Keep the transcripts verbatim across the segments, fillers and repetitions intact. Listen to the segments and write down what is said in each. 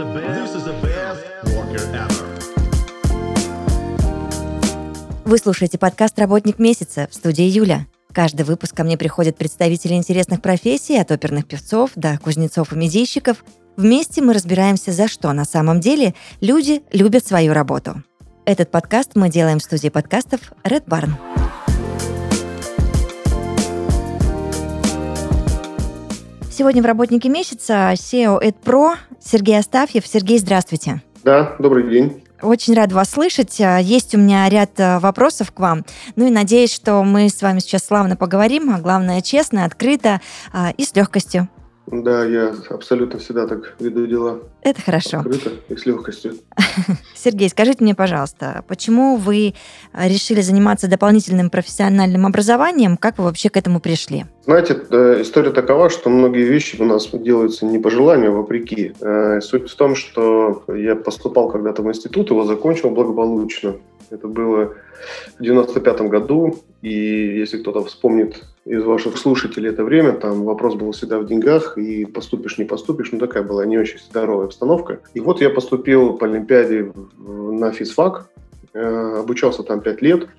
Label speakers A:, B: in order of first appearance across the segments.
A: This is the best worker ever.
B: Вы слушаете подкаст «Работник месяца» в студии Юля. Каждый выпуск ко мне приходят представители интересных профессий, от оперных певцов до кузнецов и медийщиков. Вместе мы разбираемся, за что на самом деле люди любят свою работу. Этот подкаст мы делаем в студии подкастов Red Barn. Сегодня в «Работнике месяца» сео EdPro Сергей Астафьев. Сергей, здравствуйте.
C: Да, добрый день.
B: Очень рада вас слышать. Есть у меня ряд вопросов к вам. Ну и надеюсь, что мы с вами сейчас славно поговорим, а главное, честно, открыто и с легкостью.
C: Да, я абсолютно всегда так веду дела.
B: Это хорошо.
C: Открыто и с легкостью.
B: Сергей, скажите мне, пожалуйста, почему вы решили заниматься дополнительным профессиональным образованием? Как вы вообще к этому пришли?
C: Знаете, история такова, что многие вещи у нас делаются не по желанию, а вопреки. Суть в том, что я поступал когда-то в институт, его закончил благополучно. Это было в девяносто пятом году, и если кто-то вспомнит из ваших слушателей это время, там вопрос был всегда в деньгах, и поступишь, не поступишь, ну такая была не очень здоровая обстановка. И вот я поступил по Олимпиаде на физфак, обучался там пять лет.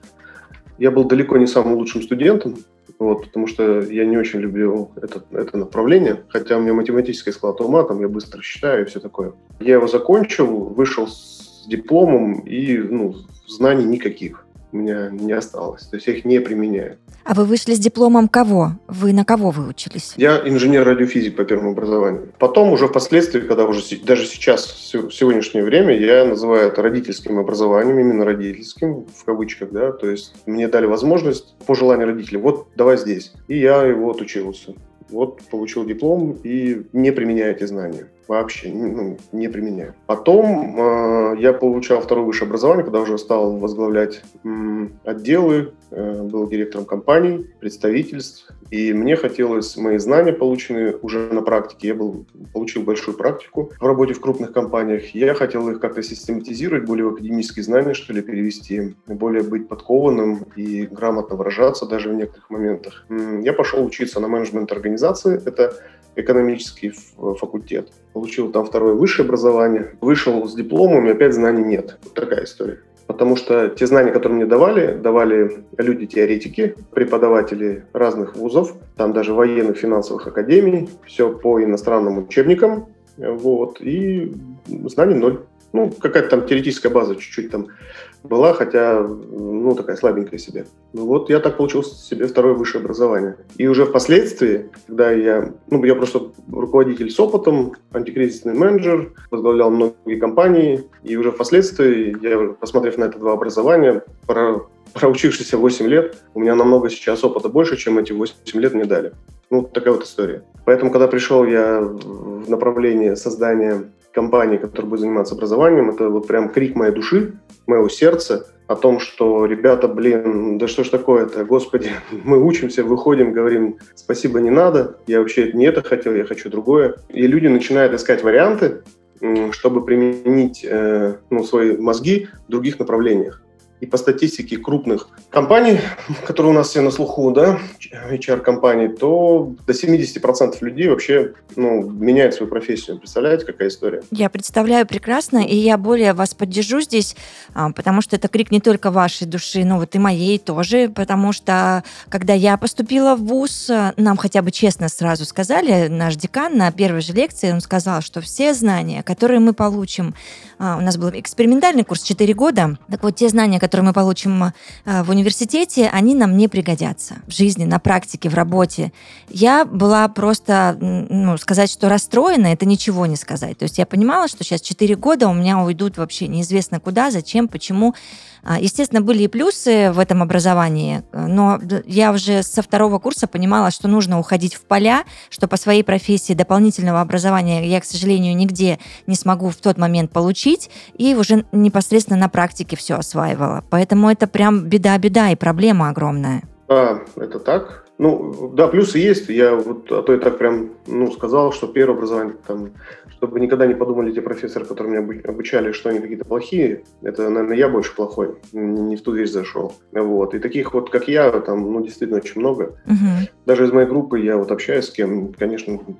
C: Я был далеко не самым лучшим студентом, вот, потому что я не очень любил это, это направление, хотя у меня математический склад ума, там я быстро считаю и все такое. Я его закончил, вышел с дипломом, и ну, знаний никаких у меня не осталось. То есть я их не применяю.
B: А вы вышли с дипломом кого? Вы на кого вы учились?
C: Я инженер-радиофизик по первому образованию. Потом уже впоследствии, когда уже даже сейчас, в сегодняшнее время, я называю это родительским образованием, именно родительским, в кавычках, да, то есть мне дали возможность по желанию родителей, вот давай здесь. И я его отучился. Вот получил диплом и не применяю эти знания. Вообще ну, не применяю. Потом э, я получал второе высшее образование, когда уже стал возглавлять м, отделы, э, был директором компаний, представительств. И мне хотелось мои знания, полученные уже на практике, я был, получил большую практику в работе в крупных компаниях. Я хотел их как-то систематизировать, более в академические знания, что ли, перевести, более быть подкованным и грамотно выражаться даже в некоторых моментах. М, я пошел учиться на менеджмент организации. Это экономический факультет. Получил там второе высшее образование. Вышел с дипломом, и опять знаний нет. Вот такая история. Потому что те знания, которые мне давали, давали люди-теоретики, преподаватели разных вузов, там даже военных финансовых академий, все по иностранным учебникам, вот, и знаний ноль. Ну, какая-то там теоретическая база чуть-чуть там была, хотя, ну, такая слабенькая себе. Ну, вот я так получил себе второе высшее образование. И уже впоследствии, когда я, ну, я просто руководитель с опытом, антикризисный менеджер, возглавлял многие компании, и уже впоследствии, я, посмотрев на это два образования, про, проучившись восемь лет, у меня намного сейчас опыта больше, чем эти восемь лет мне дали. Ну, такая вот история. Поэтому, когда пришел я в направление создания компании, которая будет заниматься образованием, это вот прям крик моей души, моего сердца о том, что, ребята, блин, да что ж такое-то, господи, мы учимся, выходим, говорим, спасибо, не надо, я вообще не это хотел, я хочу другое. И люди начинают искать варианты, чтобы применить э, ну, свои мозги в других направлениях. И по статистике крупных компаний, которые у нас все на слуху, да, эйч ар-компаний, то до семьдесят процентов людей вообще ну, меняют свою профессию. Представляете, какая история?
B: Я представляю прекрасно, и я более вас поддержу здесь, потому что это крик не только вашей души, но вот и моей тоже, потому что когда я поступила в вуз, нам хотя бы честно сразу сказали, наш декан на первой же лекции, он сказал, что все знания, которые мы получим, у нас был экспериментальный курс четыре года, так вот те знания, которые мы получим в университете, они нам не пригодятся в жизни, на практике, в работе. Я была просто, ну, сказать, что расстроена, это ничего не сказать. То есть я понимала, что сейчас четыре года у меня уйдут вообще неизвестно куда, зачем, почему. Естественно, были и плюсы в этом образовании, но я уже со второго курса понимала, что нужно уходить в поля, что по своей профессии дополнительного образования я, к сожалению, нигде не смогу в тот момент получить, и уже непосредственно на практике все осваивала. Поэтому это прям беда-беда и проблема огромная.
C: Да, это так. Ну, да, плюсы есть. Я вот, а то я так прям, ну, сказал, что первое образование, там, чтобы никогда не подумали те профессоры, которые меня обучали, что они какие-то плохие. Это, наверное, я больше плохой, не в ту дверь зашел. Вот. И таких вот, как я, там, ну, действительно очень много.
B: Угу.
C: Даже из моей группы я вот общаюсь с кем, конечно,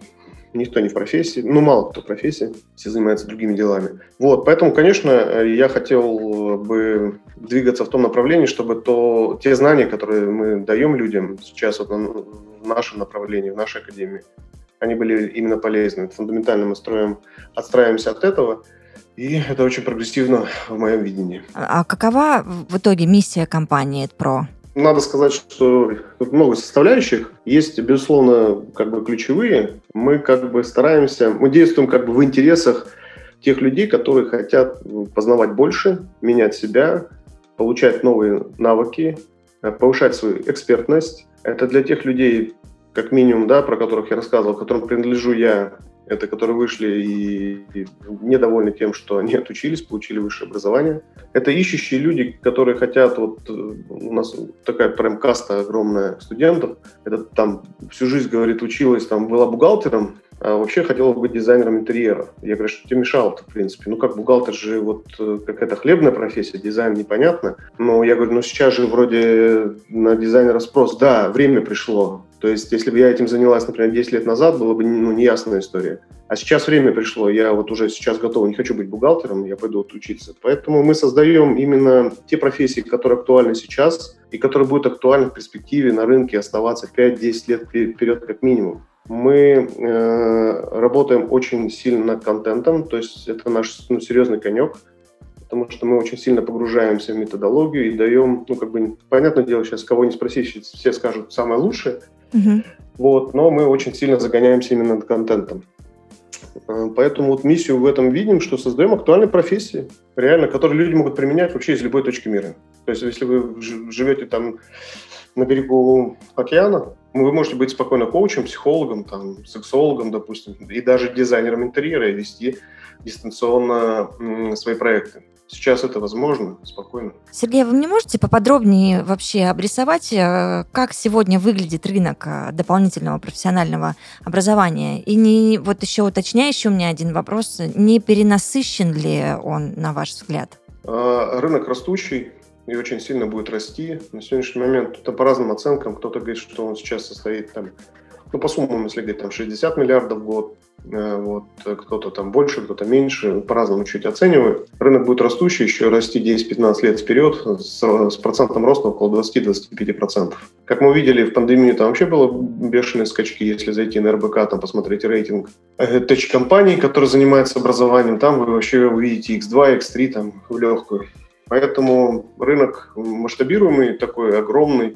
C: никто не в профессии, ну, мало кто в профессии, все занимаются другими делами. Вот, поэтому, конечно, я хотел бы двигаться в том направлении, чтобы то, те знания, которые мы даем людям сейчас вот в нашем направлении, в нашей академии, они были именно полезны. Фундаментально мы строим, отстраиваемся от этого, и это очень прогрессивно в моем видении.
B: А какова в итоге миссия компании EdPro?
C: Надо сказать, что тут много составляющих. Есть, безусловно, как бы ключевые. Мы как бы стараемся, мы действуем как бы в интересах тех людей, которые хотят познавать больше, менять себя, получать новые навыки, повышать свою экспертность. Это для тех людей, как минимум, да, про которых я рассказывал, которым принадлежу я, это которые вышли и, и недовольны тем, что они отучились, получили высшее образование. Это ищущие люди, которые хотят, вот у нас такая прям каста огромная студентов, это там всю жизнь, говорит, училась, там была бухгалтером, а вообще хотела быть дизайнером интерьера. Я говорю, что тебе мешало-то, в принципе. Ну, как бухгалтер же вот какая-то хлебная профессия, дизайн непонятно. Но я говорю, ну, сейчас же вроде на дизайнера спрос. Да, время пришло. То есть, если бы я этим занялась, например, десять лет назад, было бы ну, неясная история. А сейчас время пришло, я вот уже сейчас готов, не хочу быть бухгалтером, я пойду вот учиться. Поэтому мы создаем именно те профессии, которые актуальны сейчас и которые будут актуальны в перспективе на рынке оставаться пять-десять лет вперед как минимум. Мы э, работаем очень сильно над контентом, то есть это наш ну, серьезный конек, потому что мы очень сильно погружаемся в методологию и даем, ну, как бы, понятное дело, сейчас кого не спросить, все скажут самое лучшее, uh-huh. вот, но мы очень сильно загоняемся именно над контентом. Поэтому вот миссию в этом видим, что создаем актуальные профессии, реально, которые люди могут применять вообще из любой точки мира. То есть если вы живете там на берегу океана, вы можете быть спокойно коучем, психологом, там, сексологом, допустим, и даже дизайнером интерьера и вести дистанционно м, свои проекты. Сейчас это возможно, спокойно.
B: Сергей, вы мне можете поподробнее вообще обрисовать, как сегодня выглядит рынок дополнительного профессионального образования? И не, вот еще уточняющий у меня один вопрос, не перенасыщен ли он, на ваш взгляд?
C: А, рынок растущий и очень сильно будет расти. На сегодняшний момент это по разным оценкам. Кто-то говорит, что он сейчас состоит там, ну, по суммам, если говорить, там шестьдесят миллиардов в год. Вот, кто-то там больше, кто-то меньше, по-разному чуть оценивают. Рынок будет растущий, еще расти десять-пятнадцать лет вперед, с, с процентом роста около двадцать-двадцать пять процентов. Как мы увидели, в пандемии там вообще было бешеные скачки, если зайти на эр бэ ка, там посмотреть рейтинг теч-компаний, которые занимаются образованием, там вы вообще увидите икс два, икс три там в легкую. Поэтому рынок масштабируемый, такой огромный,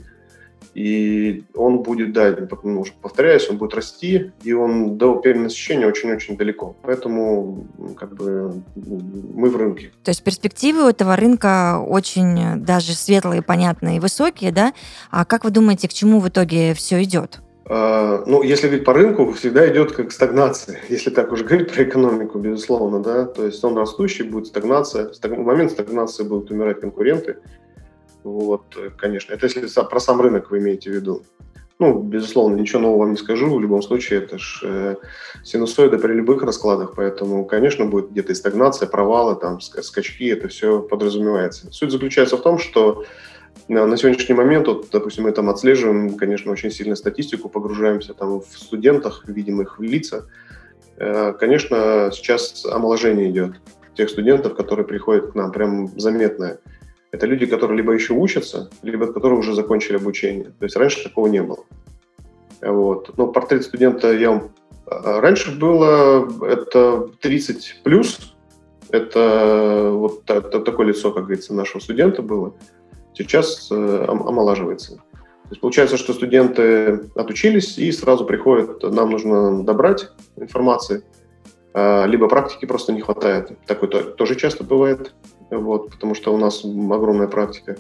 C: и он будет, да, ну, повторяюсь, он будет расти, и он до перенасыщения очень-очень далеко. Поэтому как бы мы в рынке.
B: То есть перспективы у этого рынка очень даже светлые, понятные и высокие, да? А как вы думаете, к чему в итоге все идет?
C: А, ну, если говорить по рынку, всегда идет как стагнация. Если так уже говорить про экономику, безусловно, да. То есть он растущий, будет стагнация. В момент стагнации будут умирать конкуренты. Вот, конечно. Это если про сам рынок вы имеете в виду. Ну, безусловно, ничего нового вам не скажу. В любом случае, это же э, синусоида при любых раскладах. Поэтому, конечно, будет где-то и стагнация, провалы, там, скачки. Это все подразумевается. Суть заключается в том, что на сегодняшний момент, вот, допустим, мы там отслеживаем, конечно, очень сильно статистику, погружаемся там в студентах, видим их в лица. Э, конечно, сейчас омоложение идет тех студентов, которые приходят к нам, прям заметное. Это люди, которые либо еще учатся, либо которые уже закончили обучение. То есть раньше такого не было. Вот. Но портрет студента я вам... Раньше было это тридцать плюс. Это вот это такое лицо, как говорится, нашего студента было. Сейчас омолаживается. То есть получается, что студенты отучились и сразу приходят, нам нужно добрать информации, либо практики просто не хватает. Такое тоже часто бывает. Вот, потому что у нас огромная практика,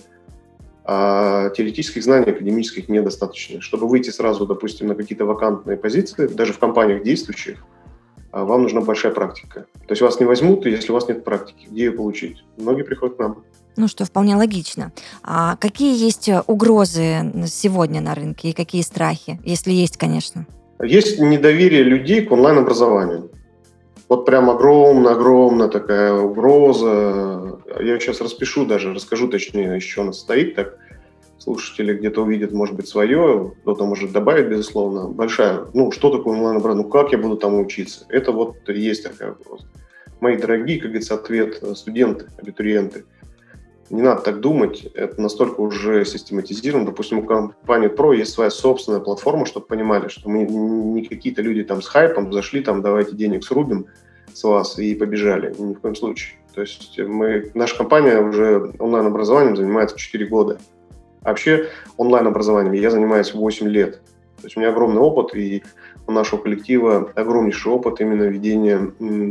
C: а теоретических знаний академических недостаточно. Чтобы выйти сразу, допустим, на какие-то вакантные позиции, даже в компаниях действующих, вам нужна большая практика. То есть вас не возьмут, если у вас нет практики. Где ее получить? Многие приходят к нам.
B: Ну, что вполне логично. А какие есть угрозы сегодня на рынке и какие страхи, если есть, конечно?
C: Есть недоверие людей к онлайн-образованию. Вот прям огромная-огромная такая угроза. Я сейчас распишу даже, расскажу точнее, из чего она состоит. Так. слушатели где-то увидят, может быть, свое, кто-то может добавить, безусловно, большая. Ну, что такое онлайн-образование? Ну, как я буду там учиться? Это вот есть такая угроза. Мои дорогие, как говорится, ответ студенты, абитуриенты. Не надо так думать, это настолько уже систематизировано. Допустим, у компании Pro есть своя собственная платформа, чтобы понимали, что мы не какие-то люди там с хайпом зашли, там давайте денег срубим с вас и побежали. Ни в коем случае. То есть мы, наша компания уже онлайн-образованием занимается четыре года. А вообще онлайн-образованием я занимаюсь восемь лет. То есть у меня огромный опыт, и у нашего коллектива огромнейший опыт именно ведения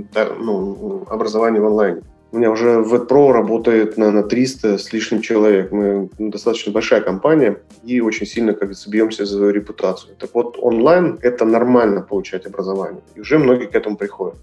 C: ну, образования в онлайне. У меня уже в VetPro работает, наверное, триста с лишним человек. Мы достаточно большая компания и очень сильно, как говорится, бьемся за свою репутацию. Так вот, онлайн – это нормально получать образование. И уже многие к этому приходят.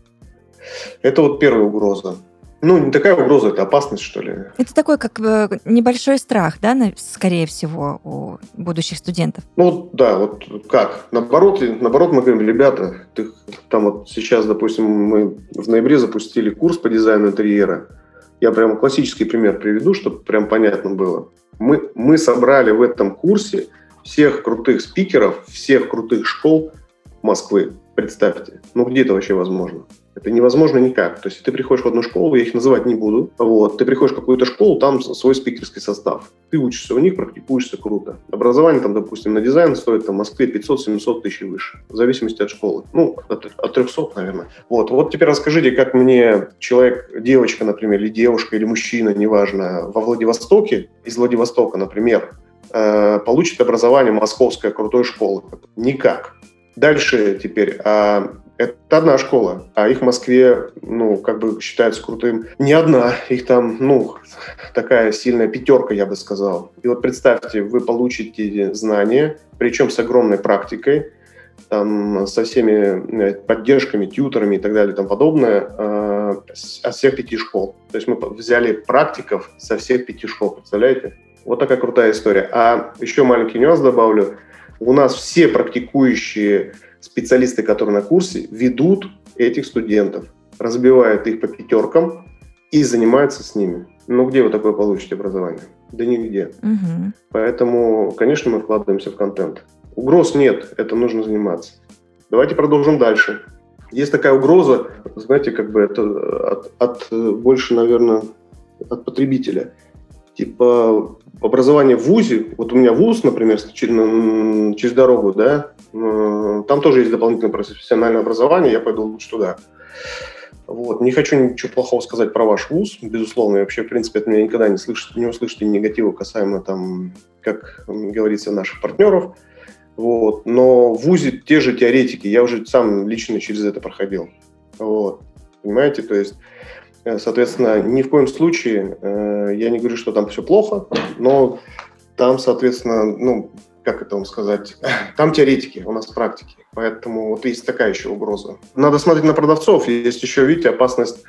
C: Это вот первая угроза. Ну, не такая угроза, это опасность, что ли.
B: Это такой, как бы, небольшой страх, да, скорее всего, у будущих студентов?
C: Ну, вот, да, вот как? Наоборот, наоборот, мы говорим, ребята, ты, там вот сейчас, допустим, мы в ноябре запустили курс по дизайну интерьера. Я прямо классический пример приведу, чтобы прям понятно было. Мы, мы собрали в этом курсе всех крутых спикеров, всех крутых школ Москвы. Представьте. Ну, где это вообще возможно? Это невозможно никак. То есть, ты приходишь в одну школу, я их называть не буду. Вот. Ты приходишь в какую-то школу, там свой спикерский состав. Ты учишься у них, практикуешься круто. Образование там, допустим, на дизайн стоит там, в Москве пятьсот-семьсот тысяч и выше. В зависимости от школы. Ну, от, от трехсот, наверное. Вот. Вот теперь расскажите, как мне человек, девочка, например, или девушка, или мужчина, неважно, во Владивостоке, из Владивостока, например, э, получит образование московской крутой школы. Никак. Дальше теперь... А, это одна школа, а их в Москве, ну, как бы считается крутым. Не одна, их там, ну, такая сильная пятерка, я бы сказал. И вот представьте, вы получите знания, причем с огромной практикой, там, со всеми поддержками, тьюторами и так далее и тому подобное, э, от всех пяти школ. То есть мы взяли практиков со всех пяти школ, представляете? Вот такая крутая история. А еще маленький нюанс добавлю. У нас все практикующие специалисты, которые на курсе, ведут этих студентов, разбивают их по пятеркам и занимаются с ними. Ну, где вы такое получите образование? Да нигде. Угу. Поэтому, конечно, мы вкладываемся в контент. Угроз нет, это нужно заниматься. Давайте продолжим дальше. Есть такая угроза, знаете, как бы это от, от больше, наверное, от потребителя. Типа образование в вузе, вот у меня вуз, например, через, через дорогу, да, там тоже есть дополнительное профессиональное образование, я пойду лучше туда. Вот. Не хочу ничего плохого сказать про ваш вуз, безусловно, и вообще, в принципе, от меня никогда не слышите, не услышите негатива касаемо, там, как говорится, наших партнеров. Вот. Но в вузе те же теоретики, я уже сам лично через это проходил. Вот. Понимаете, то есть... Соответственно, ни в коем случае э, я не говорю, что там все плохо, но там, соответственно, ну, как это вам сказать, там теоретики, у нас практики. Поэтому вот есть такая еще угроза. Надо смотреть на продавцов. Есть еще, видите, опасность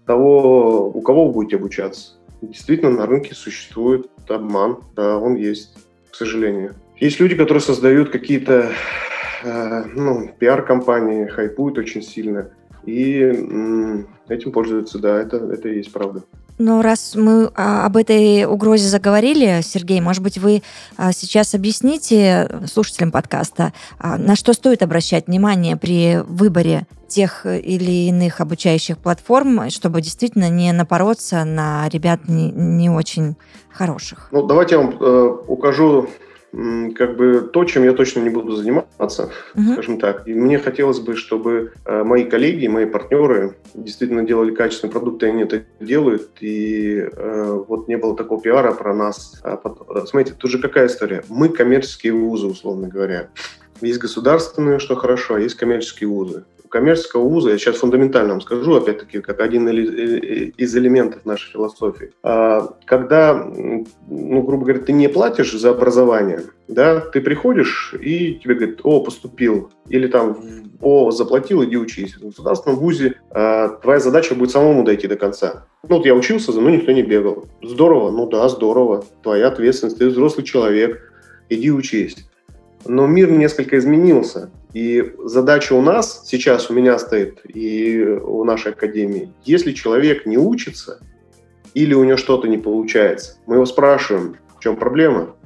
C: того, у кого вы будете обучаться. Действительно, на рынке существует обман. Да, он есть, к сожалению. Есть люди, которые создают какие-то э, ну, пиар-компании, хайпуют очень сильно. И м, этим пользуются, да, это, это и есть правда.
B: Но раз мы а, об этой угрозе заговорили, Сергей, может быть, вы а, сейчас объясните слушателям подкаста, а, на что стоит обращать внимание при выборе тех или иных обучающих платформ, чтобы действительно не напороться на ребят не, не очень хороших?
C: Ну, давайте я вам э, укажу как бы то, чем я точно не буду заниматься, uh-huh. скажем так. И мне хотелось бы, чтобы э, мои коллеги, мои партнеры действительно делали качественные продукты, и они это делают, и э, вот не было такого пиара про нас. А, под... Смотрите, тут же какая история? Мы коммерческие вузы, условно говоря. Есть государственные, что хорошо, а есть коммерческие вузы. У коммерческого вуза, я сейчас фундаментально вам скажу, опять-таки, как один из элементов нашей философии. Когда, ну, грубо говоря, ты не платишь за образование, да, ты приходишь и тебе говорят: о, поступил, или там, о, заплатил, иди учись. В государственном вузе твоя задача будет самому дойти до конца. Ну, вот я учился, за мной никто не бегал. Здорово? Ну да, здорово. Твоя ответственность, ты взрослый человек, иди учись. Но мир несколько изменился, и задача у нас, сейчас у меня стоит, и у нашей академии, если человек не учится, или у него что-то не получается, мы его спрашиваем, в чем проблема,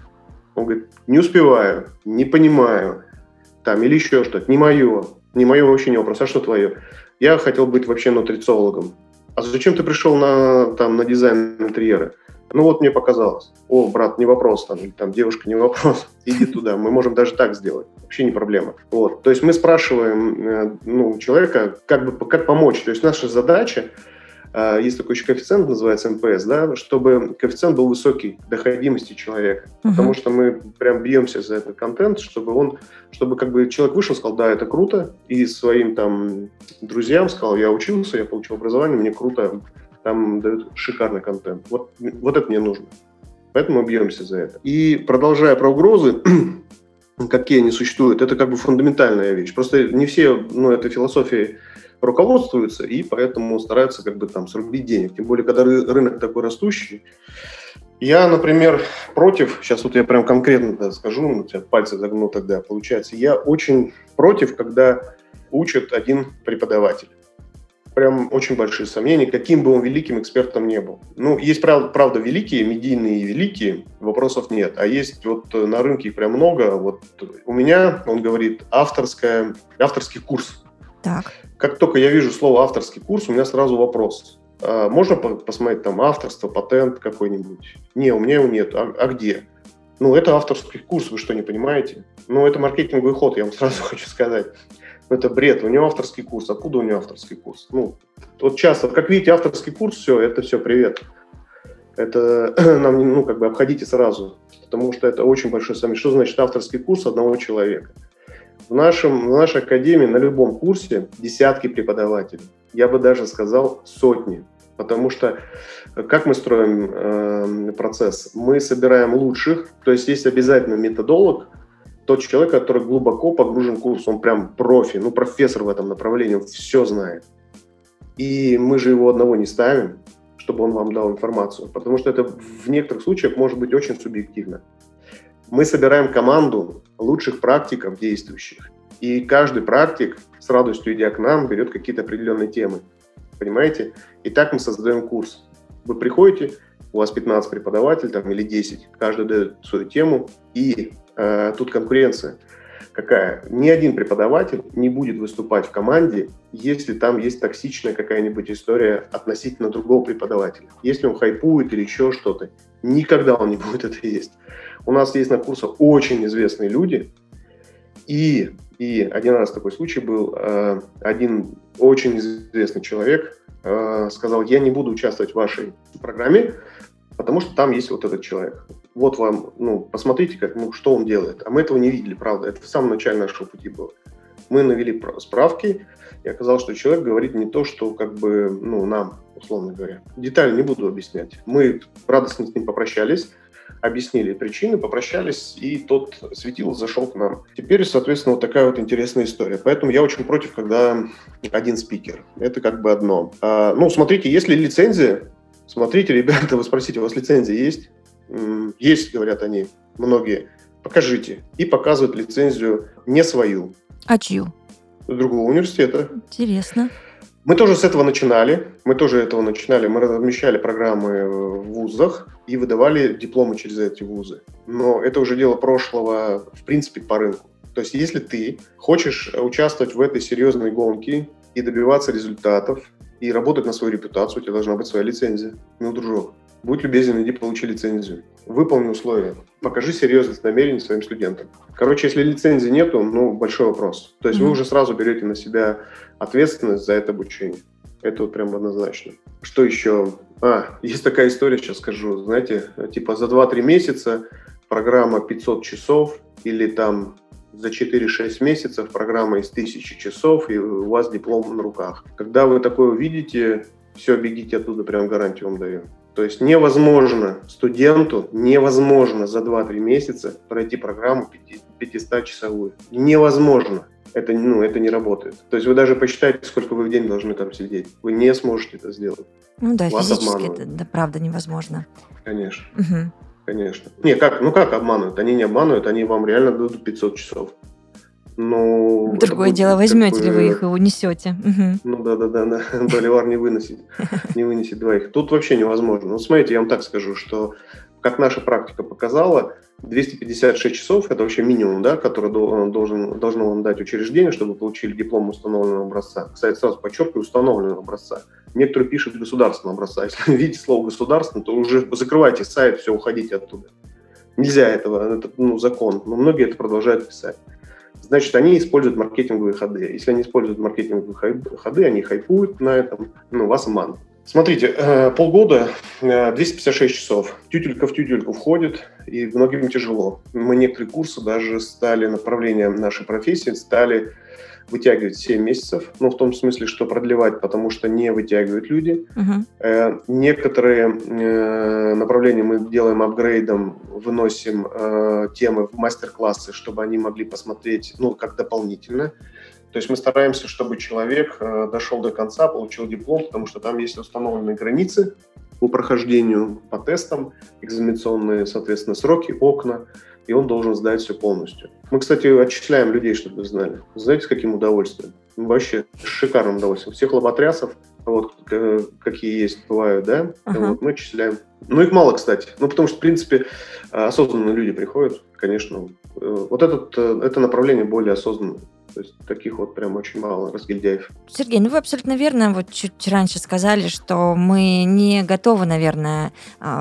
C: Он говорит, не успеваю, не понимаю, там, или еще что-то, не мое, не мое вообще не вопрос, а что твое? Я хотел быть вообще нутрициологом. А зачем ты пришел на, там, на дизайн интерьера? Ну вот мне показалось. О, брат, не вопрос, там, или там девушка, не вопрос, иди туда, мы можем даже так сделать, вообще не проблема. Вот. То есть мы спрашиваем э, ну, человека, как, бы, как помочь. То есть наша задача, э, есть такой еще коэффициент, называется эн пэ эс, да, чтобы коэффициент был высокий доходимости человека. Uh-huh. Потому что мы прям бьемся за этот контент, чтобы он, чтобы как бы человек вышел, сказал, да, это круто, и своим там друзьям сказал, я учился, я получил образование, мне круто, там дают шикарный контент. Вот, вот это мне нужно. Поэтому мы бьемся за это. И продолжая про угрозы, какие они существуют, это как бы фундаментальная вещь. Просто не все, ну, этой философией руководствуются, и поэтому стараются как бы там срубить денег. Тем более, когда ры- рынок такой растущий. Я, например, против, сейчас вот я прям конкретно да, скажу, у тебя пальцы загну тогда, получается, я очень против, когда учит один преподаватель. Прям очень большие сомнения, каким бы он великим экспертом не был. Ну, есть, правда, правда великие, медийные и великие, вопросов нет. А есть вот на рынке их прям много. Вот у меня, он говорит, авторская, авторский курс.
B: Так.
C: Как только я вижу слово «авторский курс», у меня сразу вопрос. А можно посмотреть там авторство, патент какой-нибудь? Не, у меня его нет. А, а где? Ну, это авторский курс, вы что, не понимаете? Ну, это маркетинговый ход, я вам сразу хочу сказать. Это бред, у него авторский курс. Откуда у него авторский курс? Ну, вот часто, как видите, авторский курс, все, это все, привет. Это нам, ну, как бы обходите сразу, потому что это очень большой сомнение. Что значит авторский курс одного человека? В, нашем, в нашей академии на любом курсе десятки преподавателей. Я бы даже сказал сотни. Потому что как мы строим э, процесс? Мы собираем лучших, то есть есть обязательно методолог, тот человек, который глубоко погружен в курс, он прям профи, ну, профессор в этом направлении, он все знает. И мы же его одного не ставим, чтобы он вам дал информацию, потому что это в некоторых случаях может быть очень субъективно. Мы собираем команду лучших практиков действующих, и каждый практик с радостью, идя к нам, берет какие-то определенные темы, понимаете? И так мы создаем курс. Вы приходите, у вас пятнадцать преподавателей там, или десять, каждый дает свою тему, и э, тут конкуренция какая? Ни один преподаватель не будет выступать в команде, если там есть токсичная какая-нибудь история относительно другого преподавателя. Если он хайпует или еще что-то, никогда он не будет это есть. У нас есть на курсах очень известные люди, и, и один раз такой случай был, э, один очень известный человек э, сказал, я не буду участвовать в вашей программе, потому что там есть вот этот человек. Вот вам, ну, посмотрите, как, ну, что он делает. А мы этого не видели, правда. Это в самом начале нашего пути было. Мы навели справки, и оказалось, что человек говорит не то, что как бы, ну, нам, условно говоря. Детали не буду объяснять. Мы радостно с ним попрощались, объяснили причины, попрощались, и тот светил зашел к нам. Теперь, соответственно, вот такая вот интересная история. Поэтому я очень против, когда один спикер. Это как бы одно. А, ну, смотрите, если лицензия, смотрите, ребята, вы спросите, у вас лицензия есть? Есть, говорят они, многие. Покажите. И показывают лицензию не свою.
B: А чью?
C: Другого университета.
B: Интересно.
C: Мы тоже с этого начинали. Мы тоже этого начинали. Мы размещали программы в вузах и выдавали дипломы через эти вузы. Но это уже дело прошлого, в принципе, по рынку. То есть, если ты хочешь участвовать в этой серьезной гонке и добиваться результатов, и работать на свою репутацию, у тебя должна быть своя лицензия. Ну, дружок, будь любезен, иди получи лицензию. Выполни условия. Покажи серьезность намерений своим студентам. Короче, если лицензии нету, ну, большой вопрос. То есть mm-hmm. вы уже сразу берете на себя ответственность за это обучение. Это вот прям однозначно. Что еще? А, есть такая история, сейчас скажу. Знаете, типа за два-три месяца программа пятьсот часов или там за четыре-шесть месяцев программа из тысячи часов, и у вас диплом на руках. Когда вы такое увидите, все, бегите оттуда, прям гарантию вам даю. То есть невозможно студенту, невозможно за два-три месяца пройти программу пятисточасовую. Невозможно. Это, ну, это не работает. То есть вы даже посчитайте, сколько вы в день должны там сидеть. Вы не сможете это сделать.
B: Ну да,
C: Вас
B: физически
C: обманывают.
B: это, да, правда, невозможно.
C: Конечно.
B: Угу.
C: Конечно. Не, как, ну как обманывают? Они не обманывают, они вам реально дадут пятьсот часов. Ну,
B: другое дело, возьмете ли вы их и унесете. Угу.
C: Ну да-да-да, боливар не выносит, не вынесет двоих. Тут вообще невозможно. Ну смотрите, я вам так скажу, что как наша практика показала, двести пятьдесят шесть часов – это вообще минимум, да, который должен, должно вам дать учреждение, чтобы вы получили диплом установленного образца. Кстати, сразу подчеркиваю, установленного образца. Некоторые пишут государственного образца. Если вы видите слово «государственный», то уже закрывайте сайт, все, уходите оттуда. Нельзя этого, это ну, закон, но многие это продолжают писать. Значит, они используют маркетинговые ходы. Если они используют маркетинговые ходы, они хайпуют на этом, ну, вас обманут. Смотрите, полгода, двести пятьдесят шесть часов. Тютелька в тютельку входит, и многим тяжело. Мы некоторые курсы даже стали, направлением нашей профессии, стали вытягивать семь месяцев. Ну, в том смысле, что продлевать, потому что не вытягивают люди. Uh-huh. Некоторые направления мы делаем апгрейдом, выносим темы в мастер-классы, чтобы они могли посмотреть, ну, как дополнительно. То есть мы стараемся, чтобы человек э, дошел до конца, получил диплом, потому что там есть установленные границы по прохождению, по тестам, экзаменационные, соответственно, сроки, окна, и он должен сдать все полностью. Мы, кстати, отчисляем людей, чтобы вы знали. Знаете, с каким удовольствием? Вообще с шикарным удовольствием. Всех лоботрясов, вот, э, какие есть, бывают, да, uh-huh. вот, мы отчисляем. Ну, их мало, кстати. Ну, потому что, в принципе, осознанные люди приходят, конечно. Э, вот этот, э, это направление более осознанное. То есть таких вот прям очень мало разгильдяев.
B: Сергей, ну вы абсолютно верно вот чуть раньше сказали, что мы не готовы, наверное,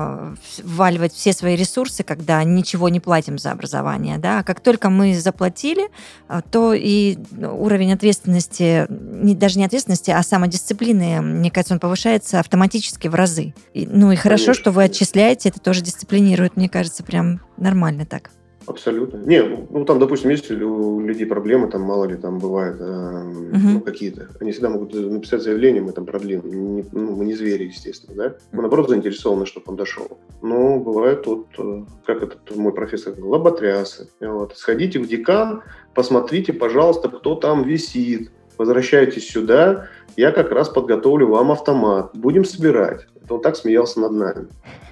B: вваливать все свои ресурсы, когда ничего не платим за образование. Да? Как только мы заплатили, то и уровень ответственности, даже не ответственности, а самодисциплины, мне кажется, он повышается автоматически в разы. И, ну и хорошо, конечно, что вы отчисляете, это тоже дисциплинирует, мне кажется, прям нормально так.
C: Абсолютно. Не, ну там, допустим, есть у людей проблемы, там мало ли там бывает э, uh-huh. ну, какие-то. Они всегда могут написать заявление, мы там продлим. Не, ну, мы не звери, естественно, да. Мы, наоборот, заинтересованы, чтобы он дошел. Но бывает вот, как этот мой профессор говорил, лоботрясы. Вот. Сходите в декан, посмотрите, пожалуйста, кто там висит. Возвращайтесь сюда, я как раз подготовлю вам автомат. Будем собирать. Это он так смеялся над нами.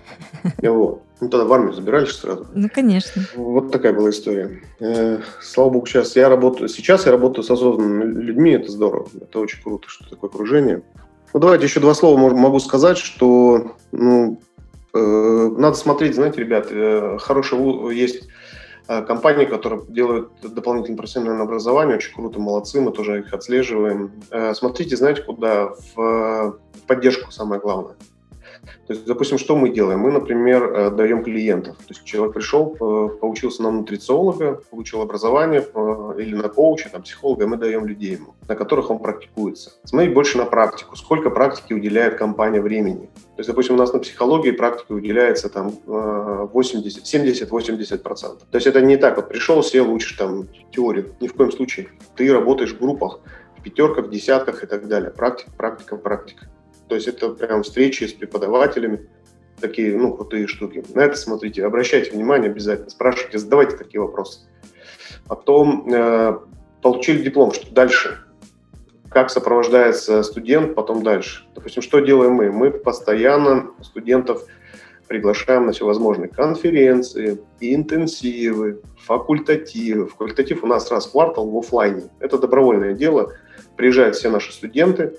C: Вот. Ну, тогда в армию забирались сразу.
B: Ну, конечно.
C: Вот такая была история. Э, слава богу, сейчас я работаю, сейчас я работаю с осознанными людьми, это здорово, это очень круто, что такое окружение. Ну, давайте еще два слова могу сказать, что ну, э, надо смотреть, знаете, ребят, э, хорошая есть э, компании, которые делают дополнительное профессиональное образование, очень круто, молодцы, мы тоже их отслеживаем. Э, смотрите, знаете, куда? В, в поддержку самое главное. То есть, допустим, что мы делаем? Мы, например, даем клиентов. То есть человек пришел, поучился на нутрициолога, получил образование или на коуча, там, психолога, и мы даем людей ему, на которых он практикуется. Смотреть больше на практику. Сколько практики уделяет компания времени? То есть, допустим, у нас на психологии практики уделяется там восемьдесят, семьдесят-восемьдесят процентов. То есть это не так, вот пришел, сел, учишь там теорию. Ни в коем случае. Ты работаешь в группах, в пятерках, в десятках и так далее. Практика, практика, практика. То есть это прям встречи с преподавателями, такие, ну, крутые штуки. На это смотрите, обращайте внимание обязательно, спрашивайте, задавайте такие вопросы. Потом э, получили диплом, что дальше? Как сопровождается студент потом дальше? Допустим, что делаем мы? Мы постоянно студентов приглашаем на всевозможные конференции, интенсивы, факультативы. Факультатив у нас раз в квартал в офлайне. Это добровольное дело. Приезжают все наши студенты,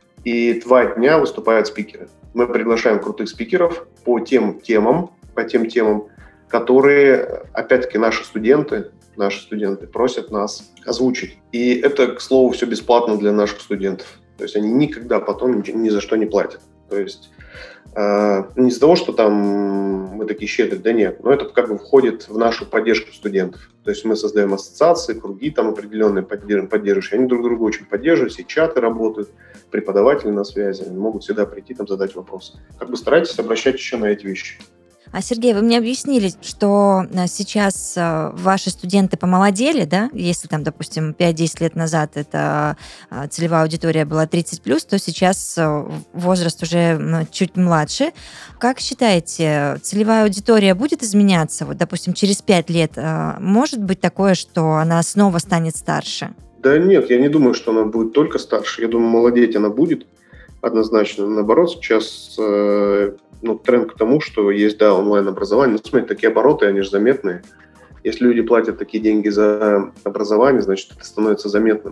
C: и два дня выступают спикеры. Мы приглашаем крутых спикеров по тем темам, по тем темам, которые, опять-таки, наши студенты, наши студенты просят нас озвучить. И это, к слову, все бесплатно для наших студентов. То есть они никогда потом ни, ни за что не платят. То есть э, не из-за того, что там мы такие щедрые, да нет, но это как бы входит в нашу поддержку студентов. То есть мы создаем ассоциации, круги там определенные поддерживающие. Они друг друга очень поддерживают, все чаты работают, преподаватели на связи, они могут всегда прийти там задать вопросы. Как бы старайтесь обращать еще на эти вещи.
B: А, Сергей, вы мне объяснили, что сейчас ваши студенты помолодели, да? Если там, допустим, пять-десять лет назад эта целевая аудитория была тридцать плюс, то сейчас возраст уже чуть младше. Как считаете, целевая аудитория будет изменяться? Вот, допустим, через пять лет может быть такое, что она снова станет старше?
C: Да нет, я не думаю, что она будет только старше. Я думаю, молодеть она будет однозначно. Наоборот, сейчас э, ну, тренд к тому, что есть, да, онлайн-образование. Ну, смотрите, такие обороты, они же заметные. Если люди платят такие деньги за образование, значит, это становится заметным.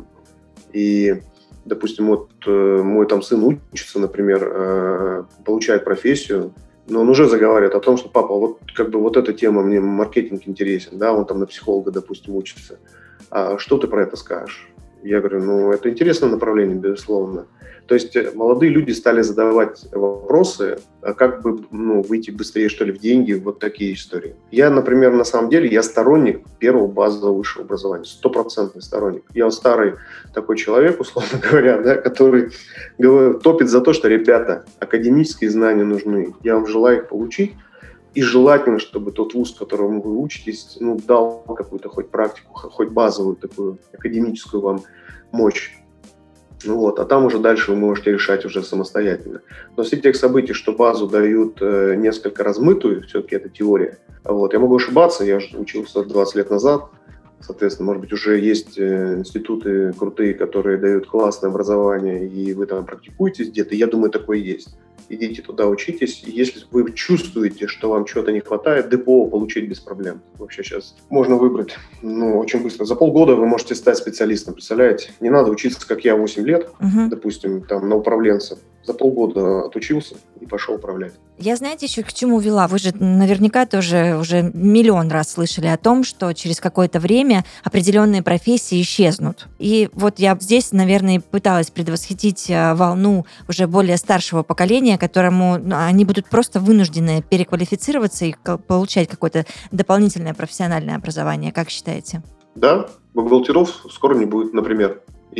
C: И, допустим, вот э, мой там сын учится, например, э, получает профессию, но он уже заговаривает о том, что папа, вот как бы вот эта тема, мне маркетинг интересен, да, он там на психолога, допустим, учится. А что ты про это скажешь? Я говорю, ну, это интересное направление, безусловно. То есть молодые люди стали задавать вопросы, а как бы ну, выйти быстрее, что ли, в деньги, вот такие истории. Я, например, на самом деле, я сторонник первого базового высшего образования, стопроцентный сторонник. Я вот старый такой человек, условно говоря, да, который говорит, топит за то, что, ребята, академические знания нужны, я вам желаю их получить, и желательно, чтобы тот вуз, в котором вы учитесь, ну, дал какую-то хоть практику, хоть базовую такую академическую вам мощь. Ну вот, а там уже дальше вы можете решать уже самостоятельно. Но среди тех событий, что базу дают э, несколько размытую, все-таки это теория. Вот, я могу ошибаться, я же учился двадцать лет назад, соответственно, может быть, уже есть э, институты крутые, которые дают классное образование, и вы там практикуетесь где-то, я думаю, такое есть. Идите туда, учитесь. И если вы чувствуете, что вам чего-то не хватает, ДПО получить без проблем. Вообще сейчас можно выбрать, ну, очень быстро. За полгода вы можете стать специалистом, представляете? Не надо учиться, как я, восемь лет, uh-huh. допустим, там, на управленца. За полгода отучился и пошел управлять.
B: Я, знаете, еще к чему вела? Вы же наверняка тоже уже миллион раз слышали о том, что через какое-то время определенные профессии исчезнут. И вот я здесь, наверное, пыталась предвосхитить волну уже более старшего поколения, которому ну, они будут просто вынуждены переквалифицироваться и получать какое-то дополнительное профессиональное образование. Как считаете?
C: Да, бухгалтеров скоро не будет, например.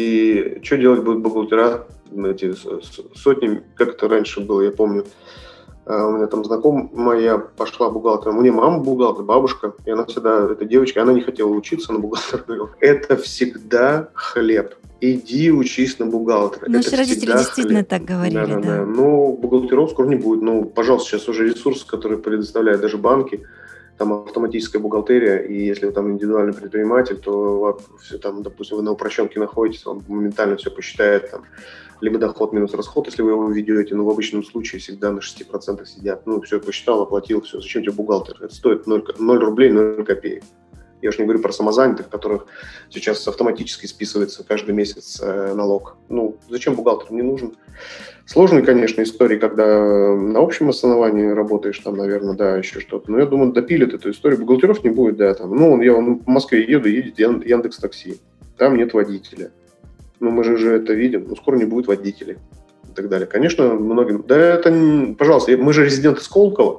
C: И что делать будут бухгалтера? Эти сотни, как это раньше было, я помню. У меня там знакомая пошла бухгалтером. У нее мама бухгалтер, бабушка. И она всегда, эта девочка, она не хотела учиться на бухгалтера. Это всегда хлеб. Иди учись на бухгалтера.
B: Наши родители действительно хлеб. Так говорили. Да, да, да.
C: Да. Но бухгалтеров скоро не будет. Ну, пожалуйста, сейчас уже ресурсы, которые предоставляют даже банки, там автоматическая бухгалтерия, и если вы там индивидуальный предприниматель, то все там, допустим, вы на упрощенке находитесь, он моментально все посчитает, там, либо доход минус расход, если вы его ведете, но в обычном случае всегда на шесть процентов сидят. Ну, все посчитал, оплатил, все. Зачем тебе бухгалтер? Это стоит ноль, ноль рублей, ноль копеек. Я уж не говорю про самозанятых, которых сейчас автоматически списывается каждый месяц э, налог. Ну, зачем бухгалтер? Не нужен. Сложные, конечно, истории, когда на общем основании работаешь, там, наверное, да, еще что-то. Но я думаю, допилят эту историю. Бухгалтеров не будет, да, там. Ну, я вон в Москве еду, едет Яндекс.Такси. Там нет водителя. Ну, мы же уже это видим. Ну, скоро не будет водителей и так далее. Конечно, многим... Да это, пожалуйста, мы же резиденты Сколково.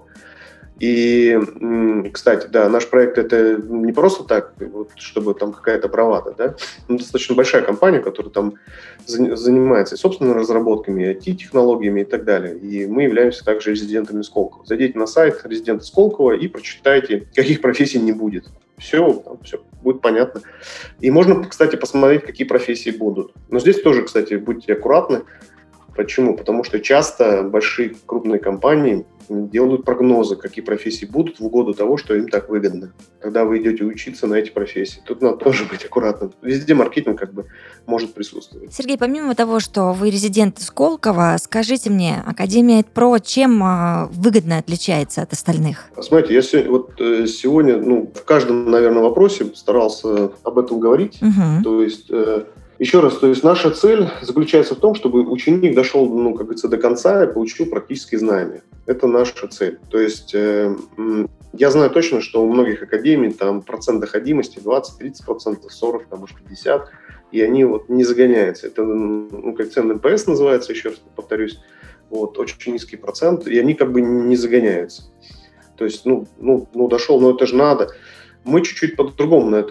C: И, кстати, да, наш проект это не просто так, вот, чтобы там какая-то бравада, да, ну, достаточно большая компания, которая там занимается и собственными разработками, и ай ти-технологиями и так далее. И мы являемся также резидентами Сколково. Зайдите на сайт резидента Сколково и прочитайте, каких профессий не будет. Все, там, все будет понятно. И можно, кстати, посмотреть, какие профессии будут. Но здесь тоже, кстати, будьте аккуратны. Почему? Потому что часто большие крупные компании делают прогнозы, какие профессии будут в угоду того, что им так выгодно. Когда вы идете учиться на эти профессии. Тут надо тоже быть аккуратным. Везде маркетинг как бы может присутствовать.
B: Сергей, помимо того, что вы резидент Сколково, скажите мне, Академия ЭдПро чем выгодно отличается от остальных?
C: Смотрите, я сегодня, вот, сегодня ну, в каждом, наверное, вопросе старался об этом говорить. Угу. То есть... Еще раз, то есть наша цель заключается в том, чтобы ученик дошел, ну, как говорится, до конца и получил практические знания. Это наша цель. То есть э, я знаю точно, что у многих академий там процент доходимости двадцать-тридцать процентов, сорок, там, может, пятьдесят, и они вот не загоняются. Это, ну, коэффициент эн пэ эс называется, еще раз повторюсь, вот, очень низкий процент, и они как бы не загоняются. То есть, ну, ну, ну дошел, но это же надо. Мы чуть-чуть по-другому на это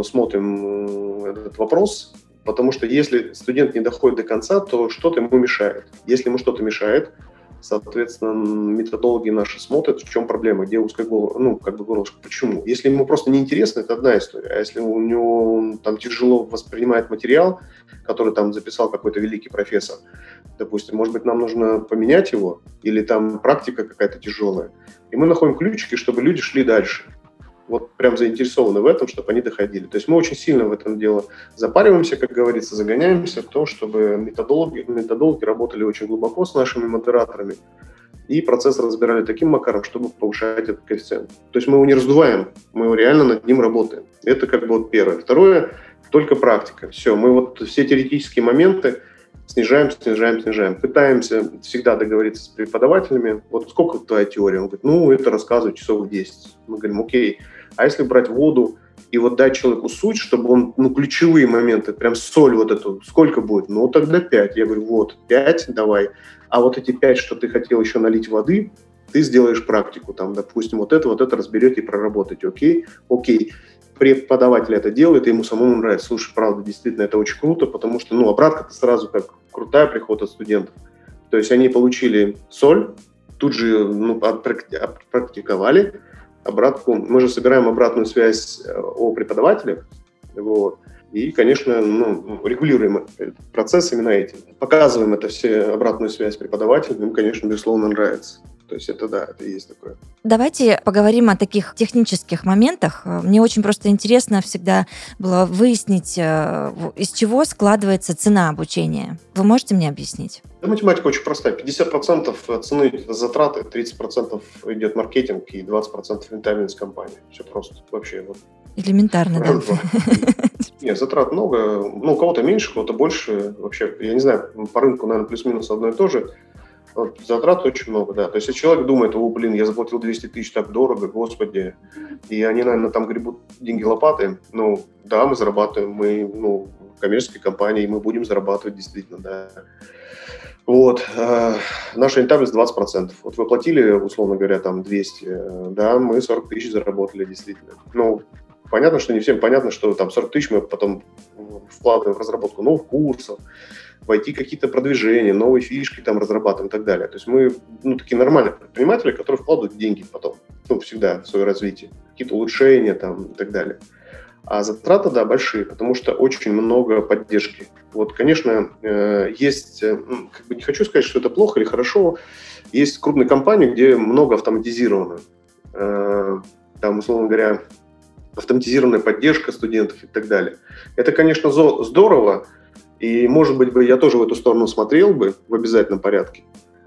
C: смотрим, этот вопрос. Потому что если студент не доходит до конца, то что-то ему мешает. Если ему что-то мешает, соответственно, методологи наши смотрят, в чем проблема, где узкая горлышко, ну, как бы горлышко, почему. Если ему просто неинтересно, это одна история. А если у него он, там тяжело воспринимает материал, который там записал какой-то великий профессор, допустим, может быть, нам нужно поменять его, или там практика какая-то тяжелая. И мы находим ключики, чтобы люди шли дальше. Вот прям заинтересованы в этом, чтобы они доходили. То есть мы очень сильно в этом дело запариваемся, как говорится, загоняемся в то, чтобы методологи, методологи работали очень глубоко с нашими модераторами и процесс разбирали таким макаром, чтобы повышать этот коэффициент. То есть мы его не раздуваем, мы его реально над ним работаем. Это как бы вот первое. Второе, только практика. Все, мы вот все теоретические моменты снижаем, снижаем, снижаем. Пытаемся всегда договориться с преподавателями. Вот сколько твоя теория? Он говорит, ну, это рассказывать часов десять. Мы говорим, окей. А если брать воду и вот дать человеку суть, чтобы он, ну, ключевые моменты, прям соль вот эту, сколько будет? Ну, тогда пять. Я говорю, вот, пять, давай. А вот эти пять, что ты хотел еще налить воды, ты сделаешь практику. Там, допустим, вот это, вот это разберете и проработаете. Окей? Окей. Преподаватель это делает, и ему самому нравится. Слушай, правда, действительно, это очень круто, потому что, ну, обратка-то сразу как крутая приходит от студентов. То есть они получили соль, тут же, ну, отпрактиковали обратку. Мы же собираем обратную связь о преподавателях, вот. И, конечно, ну, регулируем процесс именно этим. Показываем это все, обратную связь преподавателям, им, конечно, безусловно, нравится. То есть это, да, это и есть такое.
B: Давайте поговорим о таких технических моментах. Мне очень просто интересно всегда было выяснить, из чего складывается цена обучения. Вы можете мне объяснить?
C: Да, математика очень простая. пятьдесят процентов цены – это затраты, тридцать процентов идет маркетинг и двадцать процентов рентабельность компании. Все просто. Вообще. Вот.
B: Элементарно, да.
C: Нет, затрат много. Ну, у кого-то меньше, у кого-то больше. Вообще, я не знаю, по рынку, наверное, плюс-минус одно и то же. Вот, затрат очень много, да. То есть, если человек думает, о, блин, я заплатил двести тысяч, так дорого, господи, и они, наверное, там гребут деньги лопатой, ну, да, мы зарабатываем, мы, ну, коммерческие компании, мы будем зарабатывать, действительно, да. Вот, э, наша рентабельность двадцать процентов. Вот вы платили, условно говоря, там двести, э, да, мы сорок тысяч заработали, действительно. Ну, понятно, что не всем понятно, что там сорок тысяч мы потом вкладываем в разработку новых курсов, войти какие-то продвижения, новые фишки там разрабатываем и так далее. То есть мы, ну, такие нормальные предприниматели, которые вкладывают деньги потом, ну, всегда в свое развитие, какие-то улучшения там и так далее. А затраты, да, большие, потому что очень много поддержки. Вот, конечно, есть, как бы не хочу сказать, что это плохо или хорошо, есть крупные компании, где много автоматизировано. Там, условно говоря, автоматизированная поддержка студентов и так далее. Это, конечно, здорово, и, может быть, бы я тоже в эту сторону смотрел бы в обязательном порядке.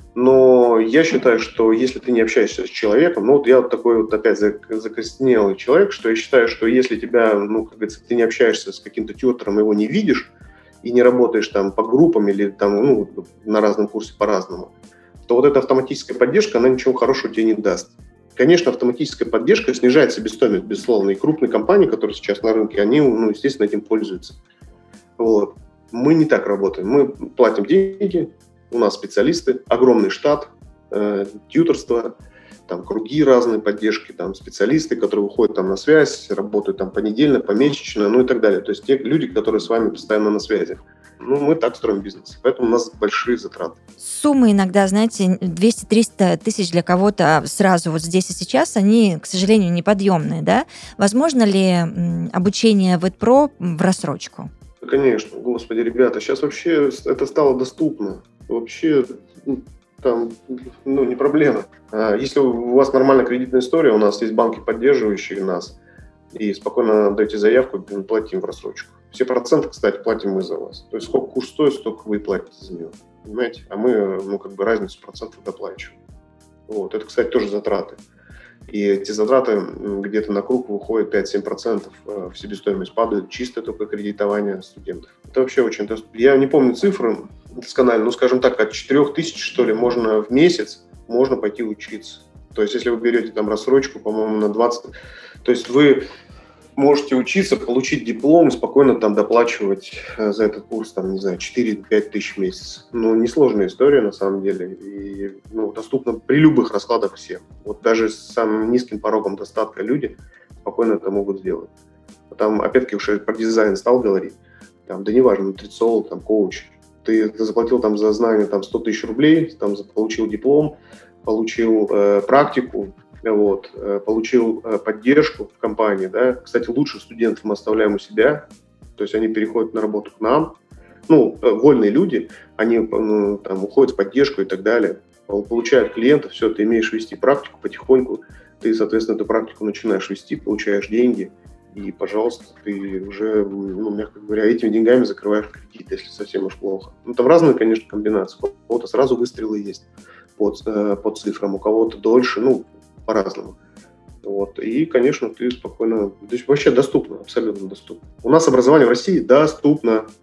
C: Но я считаю, что если ты не общаешься с человеком, ну вот я вот такой вот опять закоснелый человек, что я считаю, что если тебя, ну, как говорится, ты не общаешься с каким-то тьютором, его не видишь и не работаешь там по группам или там, ну, на разном курсе по-разному, то вот эта автоматическая поддержка, она ничего хорошего тебе не даст. Конечно, автоматическая поддержка снижает себестоимость, безусловно, и крупные компании, которые сейчас на рынке, они, ну, естественно, этим пользуются. Вот. Мы не так работаем. Мы платим деньги, у нас специалисты, огромный штат, э, тьюторство, там круги разные поддержки, там специалисты, которые выходят там на связь, работают там понедельно, помесячно, ну и так далее. То есть те люди, которые с вами постоянно на связи. Ну, мы так строим бизнес, поэтому у нас большие затраты.
B: Суммы иногда, знаете, двести-триста тысяч для кого-то сразу вот здесь и сейчас, они, к сожалению, неподъемные, да? Возможно ли обучение в ИТ-Про в рассрочку?
C: Конечно, господи, ребята, сейчас вообще это стало доступно. Вообще, там, ну, не проблема. Если у вас нормальная кредитная история, у нас есть банки, поддерживающие нас, и спокойно даете заявку, платим в рассрочку. Все проценты, кстати, платим мы за вас. То есть сколько курс стоит, столько вы и платите за него. Понимаете? А мы, ну, как бы разницу процентов доплачиваем. Вот. Это, кстати, тоже затраты. И эти затраты где-то на круг выходят пять-семь процентов, в себестоимость падает чисто только кредитование студентов. Это вообще очень доступно. Я не помню цифры досконально, но, скажем так, от четырех тысяч, что ли, можно в месяц можно пойти учиться. То есть, если вы берете там рассрочку, по-моему, на двадцать, то есть вы можете учиться, получить диплом и спокойно там доплачивать за этот курс, там, не знаю, четыре-пять тысяч в месяц. Ну, несложная история, на самом деле, и, ну, доступна при любых раскладах всем. Вот даже с самым низким порогом достатка люди спокойно это могут сделать. Там, опять-таки, уж про дизайн стал говорить, там, да неважно, нутрициолог, там, коуч, ты, ты заплатил там за знание там, сто тысяч рублей, там, получил диплом, получил э, практику, вот, получил поддержку в компании, да. Кстати, лучших студентов мы оставляем у себя, то есть они переходят на работу к нам. Ну, вольные люди, они, ну, там, уходят в поддержку и так далее, получают клиентов, все, ты имеешь вести практику потихоньку, ты, соответственно, эту практику начинаешь вести, получаешь деньги, и, пожалуйста, ты уже, ну, мягко говоря, этими деньгами закрываешь кредит, если совсем уж плохо. Ну, там разные, конечно, комбинации. У кого-то сразу выстрелы есть по, по цифрам, у кого-то дольше, ну, по-разному. Вот. И, конечно, ты спокойно... То есть вообще доступно, абсолютно доступно. У нас образование в России доступно.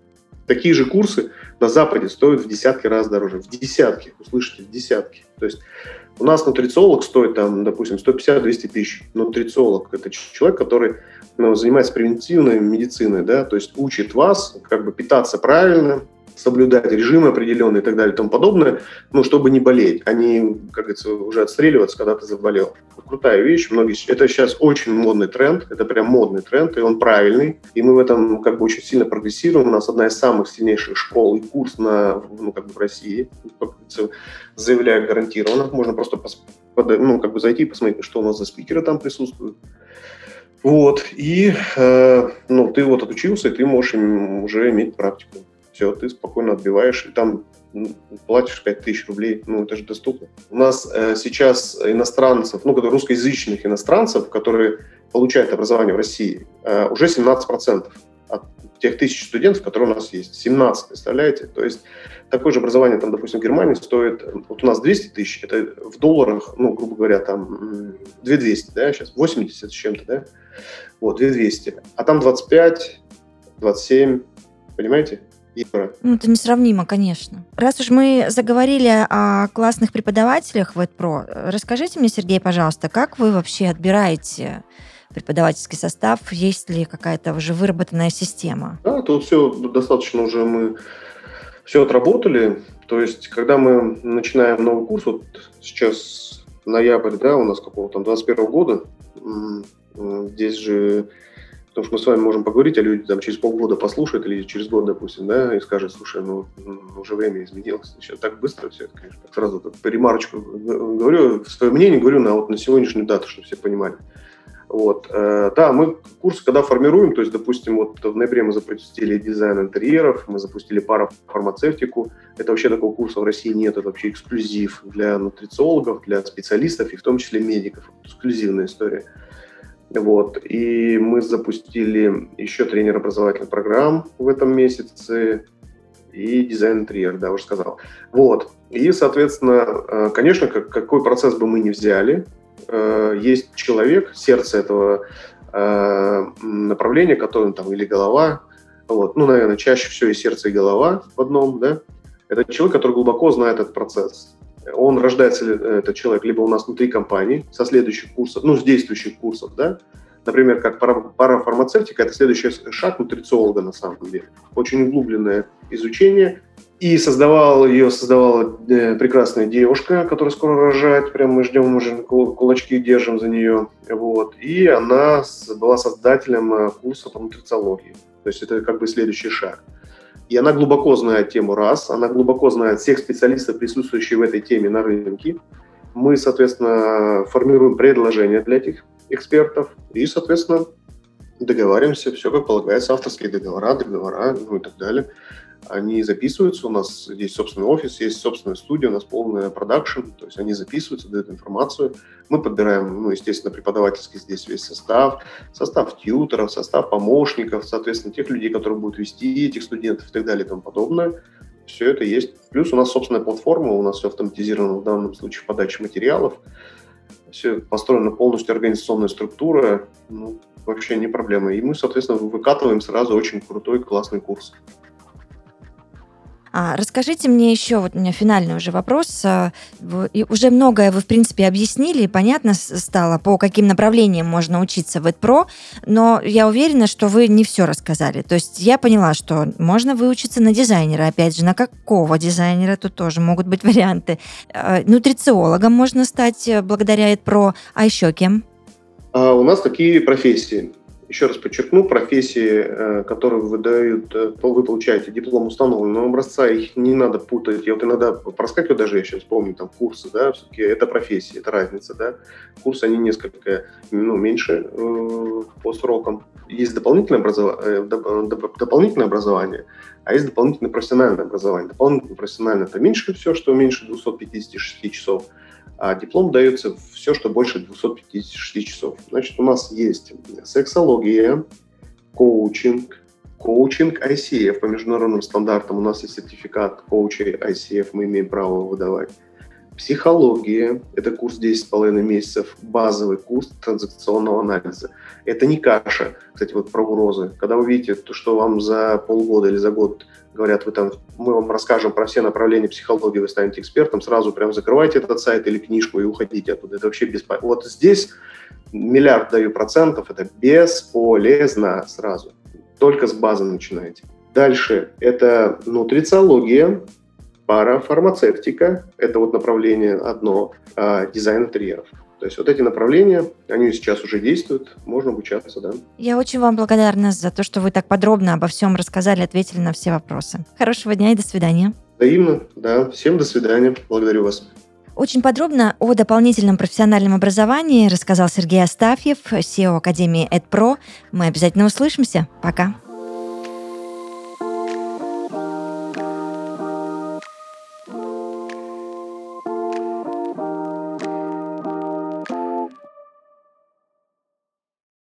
C: Такие же курсы на Западе стоят в десятки раз дороже. В десятки, услышите, в десятки. То есть у нас нутрициолог стоит, там, допустим, сто пятьдесят - двести тысяч. Нутрициолог – это человек, который ну, занимается превентивной медициной, да, то есть учит вас как бы питаться правильно, соблюдать режим определенный и так далее и тому подобное, ну, чтобы не болеть, а не, как говорится, уже отстреливаться, когда ты заболел. Крутая вещь. Многие... Это сейчас очень модный тренд, это прям модный тренд, и он правильный. И мы в этом как бы очень сильно прогрессируем. У нас одна из самых сильнейших школ и курс на, ну, как бы в России. Заявляю гарантированно. Можно просто пос... ну, как бы зайти и посмотреть, что у нас за спикеры там присутствуют. Вот. И э, ну, ты вот отучился, и ты можешь уже иметь практику. Все, ты спокойно отбиваешь, и там ну, платишь пять тысяч рублей, ну, это же доступно. У нас э, сейчас иностранцев, ну, русскоязычных иностранцев, которые получают образование в России, э, уже семнадцать процентов от тех тысяч студентов, которые у нас есть. семнадцать, представляете? То есть такое же образование, там, допустим, в Германии стоит, вот у нас двести тысяч, это в долларах, ну, грубо говоря, там две тысячи двести, да, сейчас восемьдесят с чем-то, да, вот, две тысячи двести, а там двадцать пять, двадцать семь, понимаете?
B: Ну, это несравнимо, конечно. Раз уж мы заговорили о классных преподавателях в ЭдПро, расскажите мне, Сергей, пожалуйста, как вы вообще отбираете преподавательский состав? Есть ли какая-то уже выработанная система?
C: Да, тут все достаточно уже мы все отработали. То есть, когда мы начинаем новый курс, вот сейчас ноябрь, да, у нас какого-то там двадцать первого года, здесь же... Потому что мы с вами можем поговорить, а люди там через полгода послушают или через год, допустим, да, и скажут, слушай, ну, уже время изменилось. Сейчас так быстро все это, конечно. Так сразу так, по ремарочку говорю, свое мнение говорю на, вот, на сегодняшнюю дату, чтобы все понимали. Вот. Да, мы курсы когда формируем, то есть, допустим, вот в ноябре мы запустили дизайн интерьеров, мы запустили парафармацевтику. Это вообще такого курса в России нет, это вообще эксклюзив для нутрициологов, для специалистов и в том числе медиков. Эксклюзивная история. Вот. И мы запустили еще тренер-образовательных программ в этом месяце и дизайн интерьера, да, уже сказал. Вот. И, соответственно, конечно, какой процесс бы мы ни взяли, есть человек, сердце этого направления, который там или голова, вот. Ну, наверное, чаще всего и сердце, и голова в одном, да. Это человек, который глубоко знает этот процесс. Он рождается, этот человек, либо у нас внутри компании, со следующих курсов, ну, с действующих курсов, да, например, как парафармацевтика, это следующий шаг нутрициолога, на самом деле. Очень углубленное изучение. И создавал, ее создавала прекрасная девушка, которая скоро рожает, прям мы ждем, уже кулачки держим за нее, вот. И она была создателем курса по нутрициологии. То есть это как бы следующий шаг. И она глубоко знает тему раз, она глубоко знает всех специалистов, присутствующих в этой теме на рынке. Мы, соответственно, формируем предложения для этих экспертов и, соответственно, договариваемся, все как полагается, авторские договора, договора, ну и так далее. Они записываются, у нас здесь собственный офис, есть собственная студия, у нас полный продакшн, то есть они записываются, дают информацию. Мы подбираем, ну, естественно, преподавательский здесь весь состав, состав тьюторов, состав помощников, соответственно, тех людей, которые будут вести этих студентов и так далее и тому подобное. Все это есть. Плюс у нас собственная платформа, у нас все автоматизировано в данном случае в подаче материалов. Все построена полностью организационная структура, ну, вообще не проблема. И мы, соответственно, выкатываем сразу очень крутой, классный курс.
B: А, расскажите мне еще, вот у меня финальный уже вопрос. Вы, и уже многое вы, в принципе, объяснили, и понятно стало, по каким направлениям можно учиться в ЭдПро, но я уверена, что вы не все рассказали. То есть я поняла, что можно выучиться на дизайнера, опять же, на какого дизайнера, тут тоже могут быть варианты. Нутрициологом можно стать благодаря ЭдПро, а еще кем?
C: А у нас такие профессии. Еще раз подчеркну, профессии, которые выдают, вы получаете диплом установленного образца, их не надо путать. Я вот иногда проскакиваю, даже я сейчас помню, там курсы, да, все-таки это профессии, это разница, да. Курсы, они несколько, ну, меньше э, по срокам. Есть дополнительное образование, дополнительное образование, а есть дополнительное профессиональное образование. Дополнительное профессиональное – это меньше все, что меньше двести пятьдесят шесть часов. А диплом дается все, что больше двести пятьдесят шесть часов. Значит, у нас есть сексология, коучинг, коучинг ай си эф по международным стандартам. У нас есть сертификат коуча ай си эф, мы имеем право выдавать. Психология – это курс десять с половиной месяцев, базовый курс транзакционного анализа. Это не каша, кстати, вот про угрозы. Когда вы видите, то, что вам за полгода или за год говорят, вы там, мы вам расскажем про все направления психологии, вы станете экспертом, сразу прям закрывайте этот сайт или книжку и уходите оттуда. Это вообще бесполезно. Вот здесь миллиард даю процентов, это бесполезно сразу. Только с базы начинаете. Дальше это нутрициология, парафармацевтика, это вот направление одно, а, дизайн интерьеров. То есть вот эти направления, они сейчас уже действуют, можно обучаться, да.
B: Я очень вам благодарна за то, что вы так подробно обо всем рассказали, ответили на все вопросы. Хорошего дня и до свидания.
C: Взаимно, да. Всем до свидания. Благодарю вас.
B: Очень подробно о дополнительном профессиональном образовании рассказал Сергей Астафьев, си и о Академии EdPro. Мы обязательно услышимся. Пока.